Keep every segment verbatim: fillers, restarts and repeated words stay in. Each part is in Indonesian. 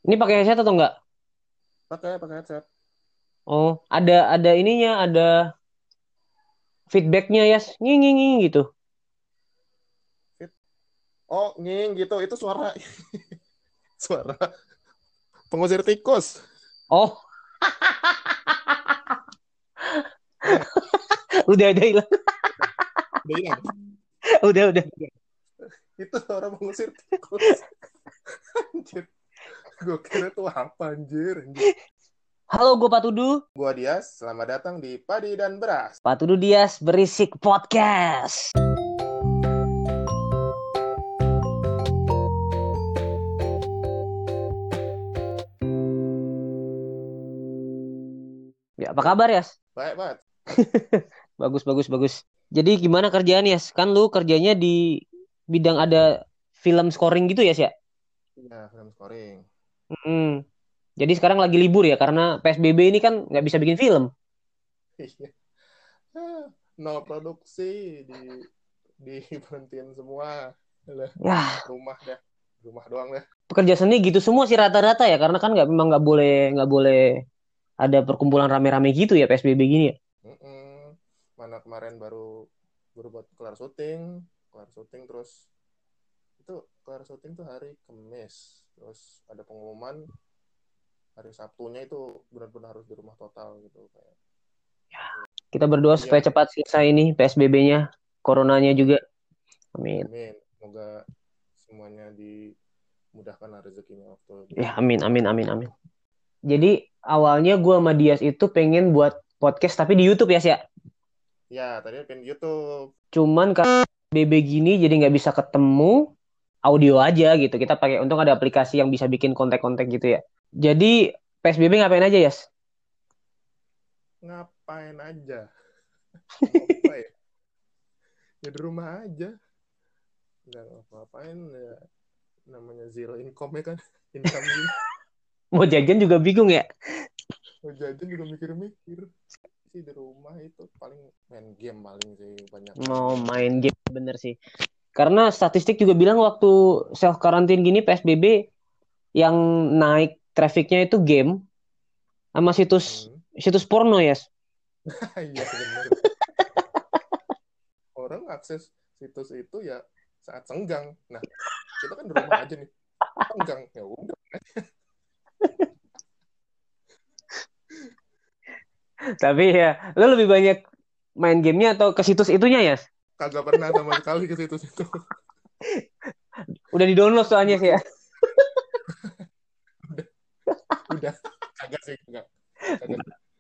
Ini pakai headset atau enggak? Pakai pakai headset. Oh, ada ada ininya, ada feedbacknya ya, nging nging nging gitu. Fit. Oh, nging gitu. Itu suara suara pengusir tikus. Oh, Udah nggak? udah udah hilang. Udah hilang. Udah udah. Itu suara pengusir tikus. Anjir. Gue kira tuh apa anjir, anjir. Halo, gue Patudu. Gua Dias, selamat datang di Padi dan Beras. Patudu Dias Berisik Podcast. Ya, apa kabar ya? Baik banget. Bagus bagus bagus. Jadi gimana kerjaan ya? Kan lu kerjanya di bidang ada film scoring gitu ya, sih ya? Ya, film scoring. Mm. Jadi sekarang lagi libur ya karena P S B B ini kan nggak bisa bikin film. Iya. Nol produksi di di berhentiin semua. Alah, Ya, rumah deh. Rumah doang deh. pekerja seni gitu semua sih rata-rata ya karena kan nggak memang nggak boleh nggak boleh ada perkumpulan rame-rame gitu ya P S B B gini ya. Mm-mm. Mana kemarin baru baru buat kelar syuting, kelar syuting terus itu kelar syuting tuh hari Kamis. Terus ada pengumuman hari Sabtunya itu benar-benar harus di rumah total gitu kayak. Kita berdoa Iya, supaya cepat selesai ini P S B B-nya, coronanya amin. juga. Amin. Amin. Semoga semuanya dimudahkan lah rezekinya waktu Ya, kita amin, keluar. amin, amin, amin. Jadi awalnya gue sama Dias itu pengen buat podcast tapi di YouTube ya, sih ya. Ya, tadi pengen YouTube. Cuman karena B B gini jadi nggak bisa ketemu audio aja gitu. Kita pakai untung ada aplikasi yang bisa bikin konten-konten gitu ya. Jadi P S B B ngapain aja, Yas? Ngapain aja? Apa ya? Ya di rumah aja. Nggak ngapa-ngapain ya. Namanya zero income ya kan. Income gini. Mau jajan juga bingung ya. Mau jajan juga mikir-mikir. Sih di rumah itu paling main game paling sih. Mau Banyakannya main main game. game bener sih. Karena statistik juga bilang waktu self karantin gini P S B B yang naik trafficnya itu game sama situs Hmm. situs porno ya. Iya bener. Orang akses situs itu ya saat senggang. Nah, kita kan di rumah aja nih. Senggang. Ya udah. Tapi ya, lo lebih banyak main gamenya atau ke situs itunya ya? Kagak pernah sama sekali ke situs itu. Udah di-download soalnya Gue sih ya. tuh udah, udah. Kagak sih, kagak. Kagak.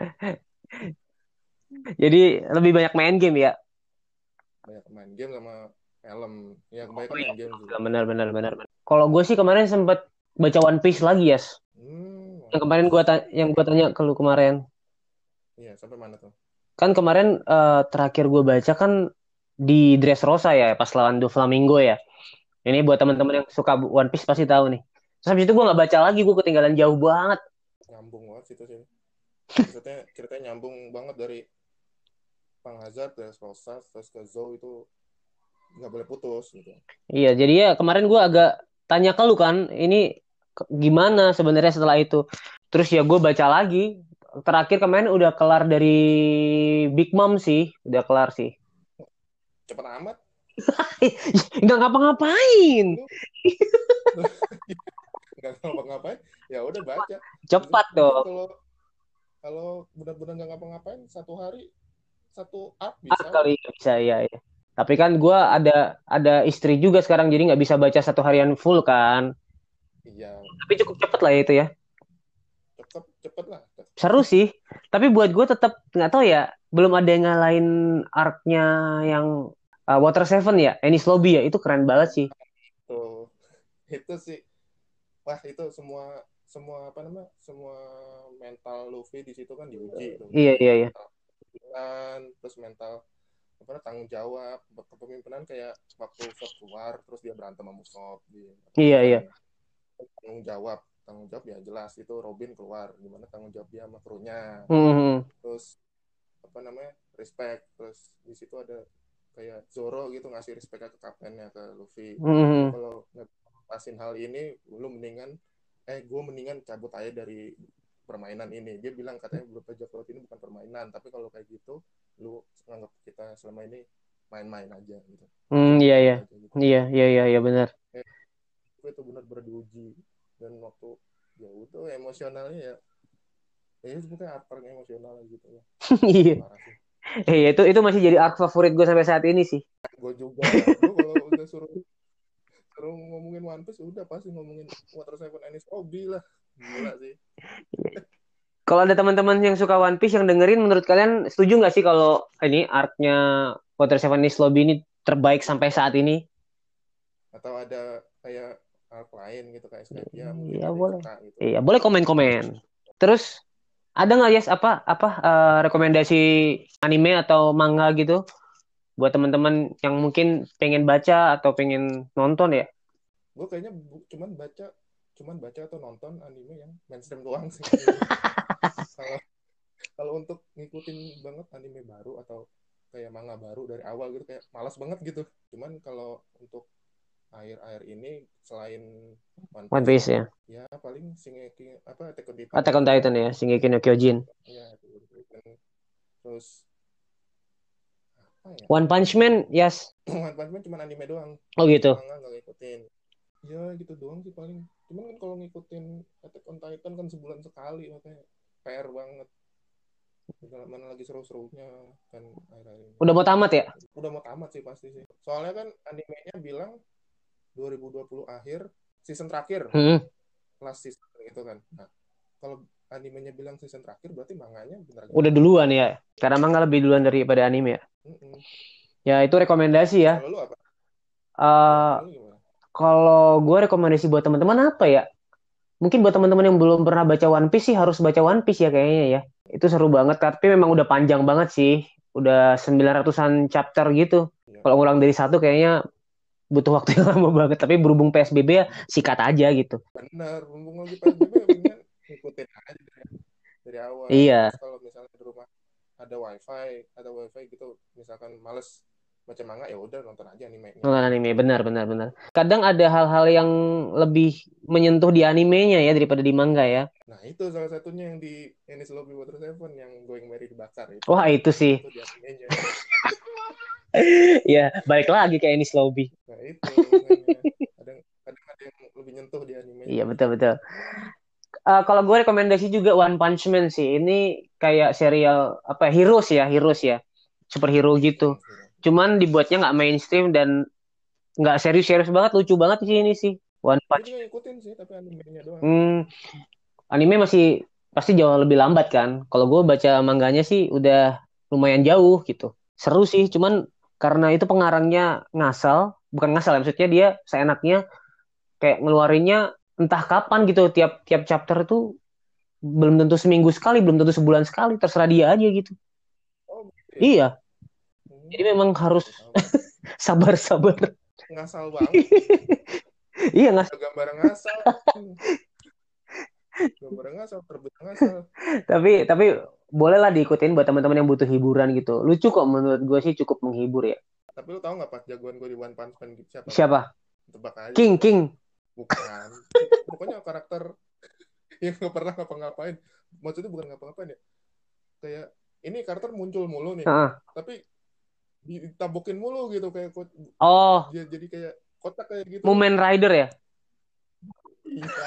Jadi lebih banyak main game ya. Banyak main game sama film. Ya Oh kebanyakan iya, main game sih. benar benar benar benar. Kalau gue sih kemarin sempet baca One Piece lagi ya. Hmm, Yang One kemarin gua Piece. ta- yang gua tanya ke lu kemarin. Iya, sampai mana tuh? Kan kemarin eh, terakhir gue baca kan di Dressrosa ya pas lawan Doflamingo ya. Ini buat Hmm, teman-teman yang suka One Piece pasti tahu nih. Terus habis itu gue nggak baca lagi, gue ketinggalan jauh banget. nyambung banget situ sih. Maksudnya ceritanya nyambung banget dari Pang Hazard, dari Rosa, terus ke Zou itu nggak boleh putus gitu. Iya, jadi ya kemarin gue agak tanya ke lu kan, ini ke- gimana sebenarnya setelah itu. Terus ya gue baca lagi. Terakhir kemarin udah kelar dari Big Mom sih, udah kelar sih. Cepet amat. Nggak ngapa-ngapain. Lu nggak ngapa-ngapain, ya udah baca. Cepat Mungkin dong. kalau kalau benar-benar nggak ngapa-ngapain, satu hari satu art Ah, bisa kali kok. ya bisa ya, ya. Tapi kan gue ada ada istri juga sekarang jadi nggak bisa baca satu harian full kan. Iya, Tapi cukup cepet lah ya itu ya. cepet cepet lah. Seru sih. Tapi buat gue tetap nggak tahu ya. Belum ada yang ngalahin arc-nya yang uh, Water Seven ya, Enies Lobby ya. Itu keren banget sih. Tuh, itu sih. Wah, itu semua semua apa namanya? Semua mental Luffy di situ kan diuji tuh. Iya iya iya. Mental kepemimpinan, terus mental apa namanya, tanggung jawab, kepemimpinan kayak waktu Zod keluar terus dia berantem sama Usopp di apa Iya namanya? iya. Tanggung jawab. Tanggung jawab ya jelas itu Robin keluar gimana tanggung jawab dia sama krunya. Hmm. Terus apa namanya? Respect. Terus di situ ada kayak Zoro gitu ngasih respect ke kaptennya ke Luffy. Hmm. Lu Hmm. kalau ngelepasin hal ini lu mendingan eh gue mendingan cabut aja dari permainan ini. Dia bilang katanya grup bajak laut ini bukan permainan, tapi kalau kayak gitu lu nganggap kita selama ini main-main aja gitu, Hmm, iya ikut-ikut iya. aja gitu. Iya, iya iya iya benar. eh, itu benar-benar diuji, dan waktu ya udah emosionalnya ya ya itu kayak artwork emosional gitu ya, Iya. parah sih. Iya, itu itu masih jadi arc favorit gue sampai saat ini sih. Gue juga, gue kalau udah suruh suruh ngomongin One Piece udah pasti ngomongin Water Seven Enies Lobby lah, gila sih. Kalau ada teman-teman yang suka One Piece yang dengerin, menurut kalian setuju nggak sih kalau ini arc-nya Water Seven is Lobby ini terbaik sampai saat ini? Atau ada kayak arc lain gitu kayak Skype ya, mungkin Iya ada yang boleh. suka gitu. Iya boleh komen-komen. Terus ada nggak Yes apa apa eh, rekomendasi anime atau manga gitu buat teman-teman yang mungkin pengen baca atau pengen nonton ya? Gue kayaknya bu- cuman baca cuman baca atau nonton anime yang mainstream doang sih kayaknya. Kalau kalau untuk ngikutin banget anime baru atau kayak manga baru dari awal gitu kayak malas banget gitu. Cuman kalau untuk akhir-akhir ini selain One One Piece Piece ya. ya paling Shingeki apa Attack on Titan Attack on itu Titan ya, Shingeki no Kyojin. ya Attack on Titan. Terus apa ya, One Punch Man, yes. One Punch Man cuma anime doang, Oh gitu. manga nggak ngikutin. Ya gitu doang sih paling. Cuman kan kalau ngikutin Attack on Titan kan sebulan sekali, makanya P R banget. Mana lagi seru-serunya kan akhir-akhir ini. Udah mau tamat ya? Udah mau tamat sih pasti sih. Soalnya kan animenya bilang dua ribu dua puluh akhir season terakhir, Hmm. last season gitu kan. Nah, kalau animenya bilang season terakhir berarti manganya benar Udah duluan ya. Karena manga lebih duluan daripada anime ya. Mm-mm. Ya itu rekomendasi ya. Kalau lu apa? Ya, Eh kalau lu gimana? kalau gue rekomendasi buat teman-teman apa ya? Mungkin buat teman-teman yang belum pernah baca One Piece sih harus baca One Piece ya kayaknya ya. Itu seru banget, tapi memang udah panjang banget sih. Udah sembilan ratusan chapter gitu. Ya, Kalau ngulang dari satu kayaknya butuh waktu yang lama banget. Tapi berhubung P S B B ya sikat aja gitu. benar. Mumpung lagi P S B B mendingan ngikutin aja dari, dari awal. Iya, Terus kalau misalnya di rumah ada wifi, ada wifi gitu, misalkan males baca manga ya udah nonton aja animenya. nonton anime. Benar, benar, benar. Kadang ada hal-hal yang lebih menyentuh di animenya ya daripada di manga ya. Nah itu salah satunya yang di Enies Lobby Water Seven yang Going Merry dibakar itu. Wah itu sih. Itu di animenya. Ya, balik lagi ke Enies Lobby. Nah itu makanya. Kadang, kadang ada yang lebih nyentuh di animenya. Iya, betul-betul. Uh, kalau gue rekomendasi juga One Punch Man sih. Ini kayak serial apa Heroes ya, Heroes ya. Superhero gitu. Hmm, Cuman dibuatnya nggak mainstream dan nggak serius-serius banget, lucu banget di sini sih. One gue Punch. juga ngikutin sih tapi animenya doang. Hmm, anime masih pasti jauh lebih lambat kan. Kalau gue baca mangganya sih udah lumayan jauh gitu. Seru sih, cuman karena itu pengarangnya ngasal, bukan ngasal ya, maksudnya dia seenaknya kayak ngeluarinnya entah kapan gitu. Tiap tiap chapter itu belum tentu seminggu sekali, belum tentu sebulan sekali, terserah dia aja gitu. Oh gitu ya. Iya, Hmm, jadi memang harus baru tahu. sabar-sabar. Ngasal banget. Iya nggak, Ada gambar ngasal. Hmm, gambar ngasal, terbit ngasal. tapi tapi bolehlah diikutin buat teman-teman yang butuh hiburan gitu. Lucu kok menurut gue sih cukup menghibur ya. Tapi lu tahu nggak pas jagoan gue di One Punch Man gitu siapa? Siapa? Tebak aja. King King. Bukan. Pokoknya karakter yang nggak pernah ngapa-ngapain. Maksudnya bukan ngapa-ngapain ya. Kayak ini karakter muncul mulu nih. Heeh. Tapi ditabokin mulu gitu kayak kot- Oh, dia jadi kayak kotak kayak gitu. Mumen Rider ya? Iya.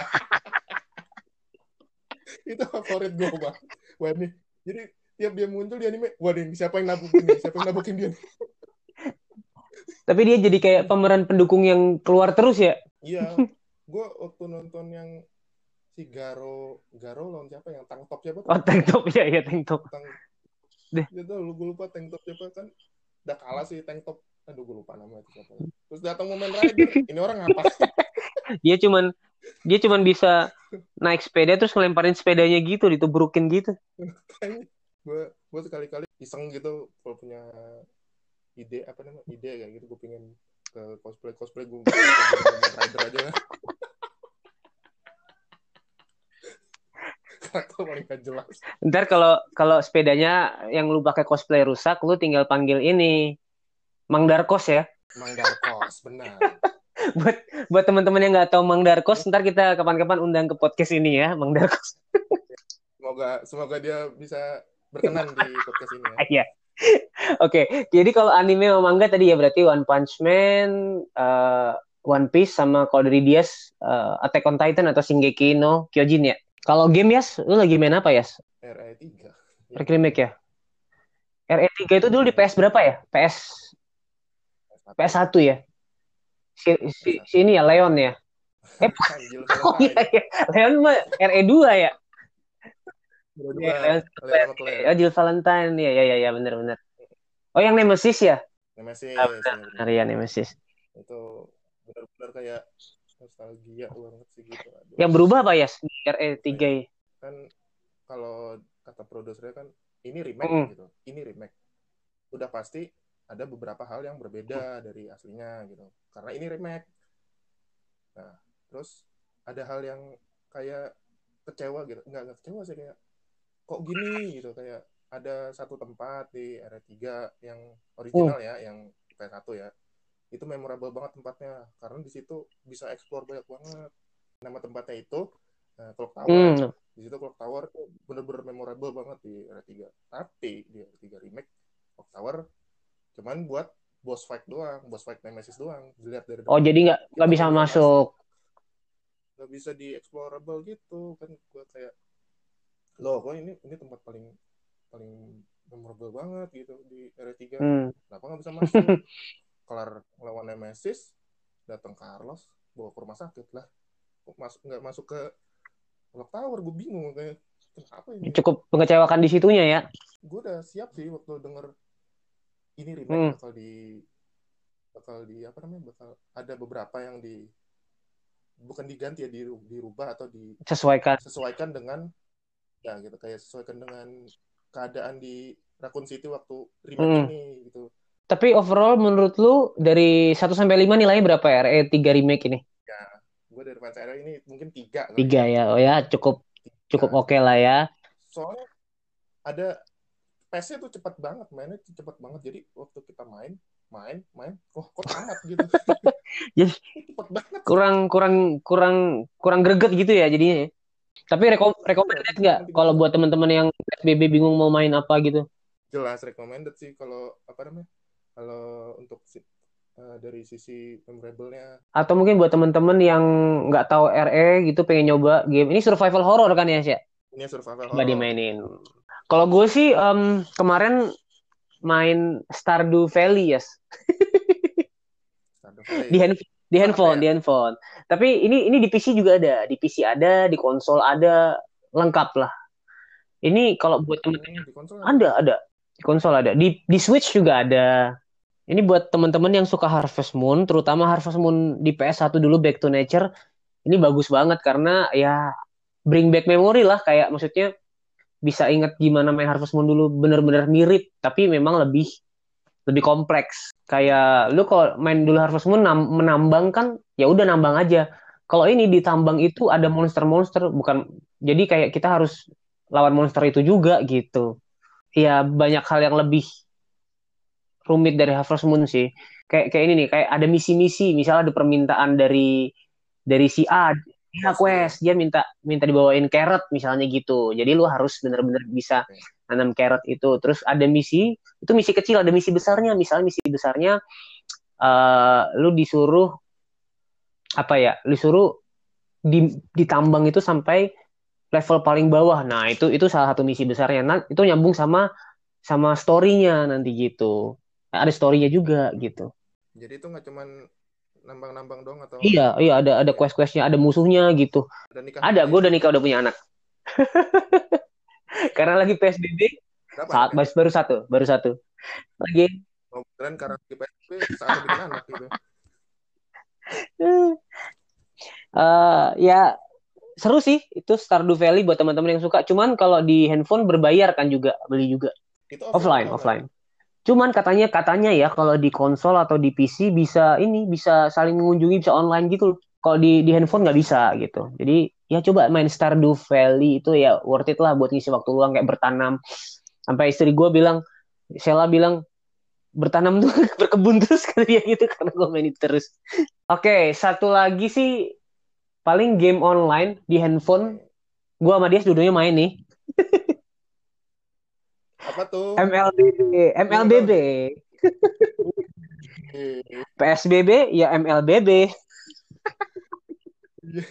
Itu favorit gue bang. Wah ini. Jadi tiap dia muncul di anime, wah ini siapa yang nabukin nih? Siapa yang nabukin dia? Tapi dia jadi kayak pemeran pendukung yang keluar terus ya? Iya. Gue waktu nonton yang si Garo Garo lawan siapa yang tank top siapa tuh? Oh, tank top ya, ya tank top. Tank Deh. Gitu, lu gue lupa tank top siapa kan? Udah kalah sih tank top. Aduh gue lupa namanya itu siapa. Terus datang Mumen Rider. Ini orang apa? Dia cuman dia cuman bisa naik sepeda terus ngelemparin sepedanya gitu, ditubrukin gitu. gue gue sekali-kali iseng gitu kalau punya ide apa namanya ide kayak gitu gue pengen ke cosplay cosplay gue rider aja lah. Karakter paling gak jelas. Ntar kalau kalau sepedanya yang lu pakai cosplay rusak, lu tinggal panggil ini Mang Darkos ya. Mang Darkos benar. buat buat teman-teman yang nggak tahu Mang Darkos, ntar kita kapan-kapan undang ke podcast ini ya, Mang Darkos. Semoga semoga dia bisa berkenan di podcast ini ya. Iya. Oke, jadi kalau anime sama manga tadi ya berarti One Punch Man, uh, One Piece sama kalau dari Dias uh, Attack on Titan atau Shingeki no Kyojin ya. Kalau game Yas, lu lagi main apa Yas? R E tiga. Remake ya. R E tiga itu dulu di P S berapa ya? P S P S satu ya. Si, si, si ini ya Leon ya. Eh, Anjil oh iya Valentine. ya. Leon mah R E dua ya. Dua, Ya, Leon, Leon sama Claire. oh, Jill Valentine ya ya ya ya benar-benar. Oh yang Nemesis ya? Nemesis, Ah, ya benar, benar benar. ya Nemesis. Itu benar-benar kayak nostalgia banget sih gitu. Aduh. Yang berubah apa ya di R E tiga Kayak, ya? kan kalau kata produsernya kan ini remake Mm. gitu. Ini remake. Udah pasti ada beberapa hal yang berbeda dari aslinya gitu. Karena ini remake. Nah, terus ada hal yang kayak kecewa gitu. Enggak, enggak kecewa sih kayak kok gini gitu kayak ada satu tempat di R E tiga yang Mm. original ya, yang P S satu ya. Itu memorable banget tempatnya karena di situ bisa explore banyak banget. Nama tempatnya itu uh, Clock Tower. Mm. Di situ Clock Tower tuh bener-bener memorable banget di R E tiga. Tapi di R E tiga remake Clock Tower cuman buat boss fight doang, boss fight Nemesis doang. Dilihat dari Oh depan. jadi nggak Kita nggak bisa nggak bisa masuk. masuk, nggak bisa di explorable gitu kan. Gue kayak loh kok ini ini tempat paling paling memorable banget gitu di R E tiga. Hmm. Kenapa nggak bisa masuk? Kelar lawan Nemesis, datang Carlos bawa ke rumah sakit lah. Kok masuk nggak masuk ke Clock Tower? Gue bingung kayak kenapa ini? Cukup mengecewakan di situnya ya. Gue udah siap sih waktu denger ini remake Hmm. bakal di bakal di apa namanya bakal ada beberapa yang di bukan diganti ya dirubah atau Sesuaikan. disesuaikan dengan ya gitu kayak sesuaikan dengan keadaan di Raccoon City waktu remake Hmm. ini gitu. Tapi overall menurut lu dari satu sampai lima nilainya berapa ya R E tiga remake ini? Ya, gue dari fans R ini mungkin tiga kali Tiga ya. ya. Oh ya cukup cukup Tiga. oke okay lah ya. Soalnya ada pace-nya tuh cepat banget, mainnya tuh cepat banget. Jadi waktu kita main, main, main, kok kok tamat gitu. Jadi Cepat banget. kurang kurang kurang kurang greget gitu ya jadinya. Tapi rekom recommended Iya, nggak kalau buat teman-teman yang P S B B bingung mau main apa gitu? jelas recommended sih kalau apa namanya? Kalau untuk uh, dari sisi memorable-nya. Atau mungkin buat teman-teman yang nggak tahu R E gitu pengen nyoba game ini survival horror kan ya sih? Ini survival Coba horror. dimainin. Kalau gue sih um, kemarin main Stardew Valley ya. Yes. Stardew Valley. di hand, di handphone, ya? di handphone. Tapi ini ini di P C juga ada, di P C ada, di konsol ada, lengkap lah. Ini kalau buat teman-teman oh, ada, ada, di konsol ada, di di Switch juga ada. Ini buat teman-teman yang suka Harvest Moon, terutama Harvest Moon di P S satu dulu Back to Nature, ini bagus banget karena ya bring back memory lah, kayak maksudnya bisa ingat gimana main Harvest Moon dulu, bener-bener mirip, tapi memang lebih lebih kompleks. Kayak lu kalau main dulu Harvest Moon nam- menambang kan, ya udah nambang aja. Kalau ini ditambang itu ada monster-monster, bukan. Jadi kayak kita harus lawan monster itu juga gitu. Ya banyak hal yang lebih rumit dari Harvest Moon sih. Kayak kayak ini nih, kayak ada misi-misi, misalnya ada permintaan dari dari si A, dia quest, dia minta minta dibawain carrot misalnya gitu. Jadi lu harus benar-benar bisa nanam carrot itu. Terus ada misi, itu misi kecil, ada misi besarnya. Misalnya misi besarnya uh, lu disuruh apa ya? Disuruh di, ditambang itu sampai level paling bawah. Nah, itu itu salah satu misi besarnya. Nah, itu nyambung sama sama story-nya nanti gitu. Ada story-nya juga gitu. Jadi itu nggak cuman nambang-nambang dong atau Iya, iya ada ada quest-questnya, ada musuhnya gitu. Ada, gue udah nikah udah punya anak. Karena lagi P S B B. Saat baru, baru satu, baru satu. Lagi. Oh, keren karena di P S B B saat bikin anak gitu. uh, ya seru sih itu Stardew Valley buat teman-teman yang suka. Cuman kalau di handphone berbayar kan juga, beli juga. Itu offline, offline. offline. Cuman katanya katanya ya kalau di konsol atau di P C bisa ini bisa saling mengunjungi, bisa online gitu. Kalau di di handphone nggak bisa gitu. Jadi ya coba main Stardew Valley itu ya worth it lah buat ngisi waktu luang kayak bertanam. Sampai istri gue bilang, Sheila bilang, bertanam tuh berkebun terus kan dia gitu karena gue main itu terus. Oke, satu lagi sih paling game online di handphone. Oke. Gue sama dia dua-duanya main nih. Apa tuh? M L B B, Gue nggak tahu M L B B. nih. Eh, P S B B ya M L B B. iya.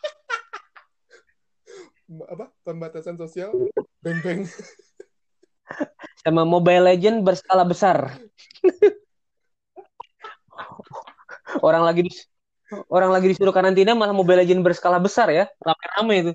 Apa? Pembatasan sosial? Beng beng. Sama Mobile Legend berskala besar. Orang lagi di, orang lagi disuruh karantina malah Mobile Legend berskala besar ya. Rame-rame itu.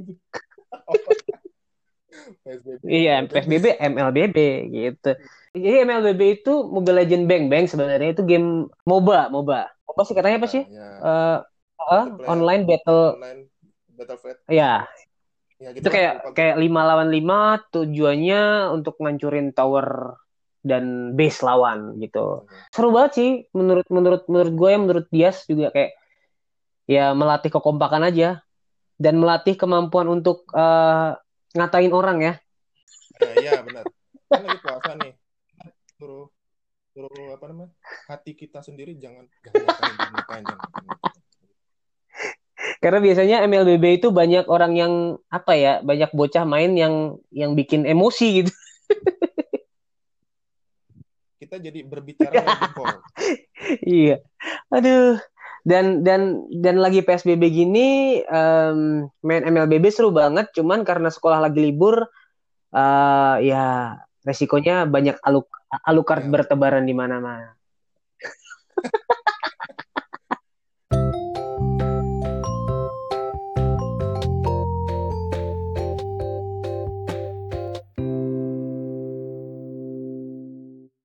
P S B B, Iya, M L B B. P S B B, M L B B gitu. Jadi M L B B itu Mobile Legend Bang Bang sebenarnya itu game MOBA, MOBA. MOBA sih katanya apa sih? Nah, ya. Eh eh, Multiplayer online battle. online Battlefield. Ya, Ya itu gitulah, kayak lupa gue. kayak lima lawan lima tujuannya untuk ngancurin tower dan base lawan gitu. Oke. Seru banget sih menurut menurut menurut gue ya menurut Dias juga kayak ya melatih kekompakan aja dan melatih kemampuan untuk eh, ngatain orang ya. Nah, iya benar. Kan lagi puasa nih. Suruh suruh apa namanya? Hati kita sendiri jangan jangan ngapain, jangan ngapain, jangan ngapain gitu. Karena biasanya M L B B itu banyak orang yang apa ya, banyak bocah main yang yang bikin emosi gitu. Kita jadi berbicara lewat jempol. Iya. Aduh. Dan dan dan lagi P S B B gini em, main M L B B seru banget, cuman karena sekolah lagi libur eh ya resikonya banyak aluk alukard Ya betul. bertebaran di mana-mana.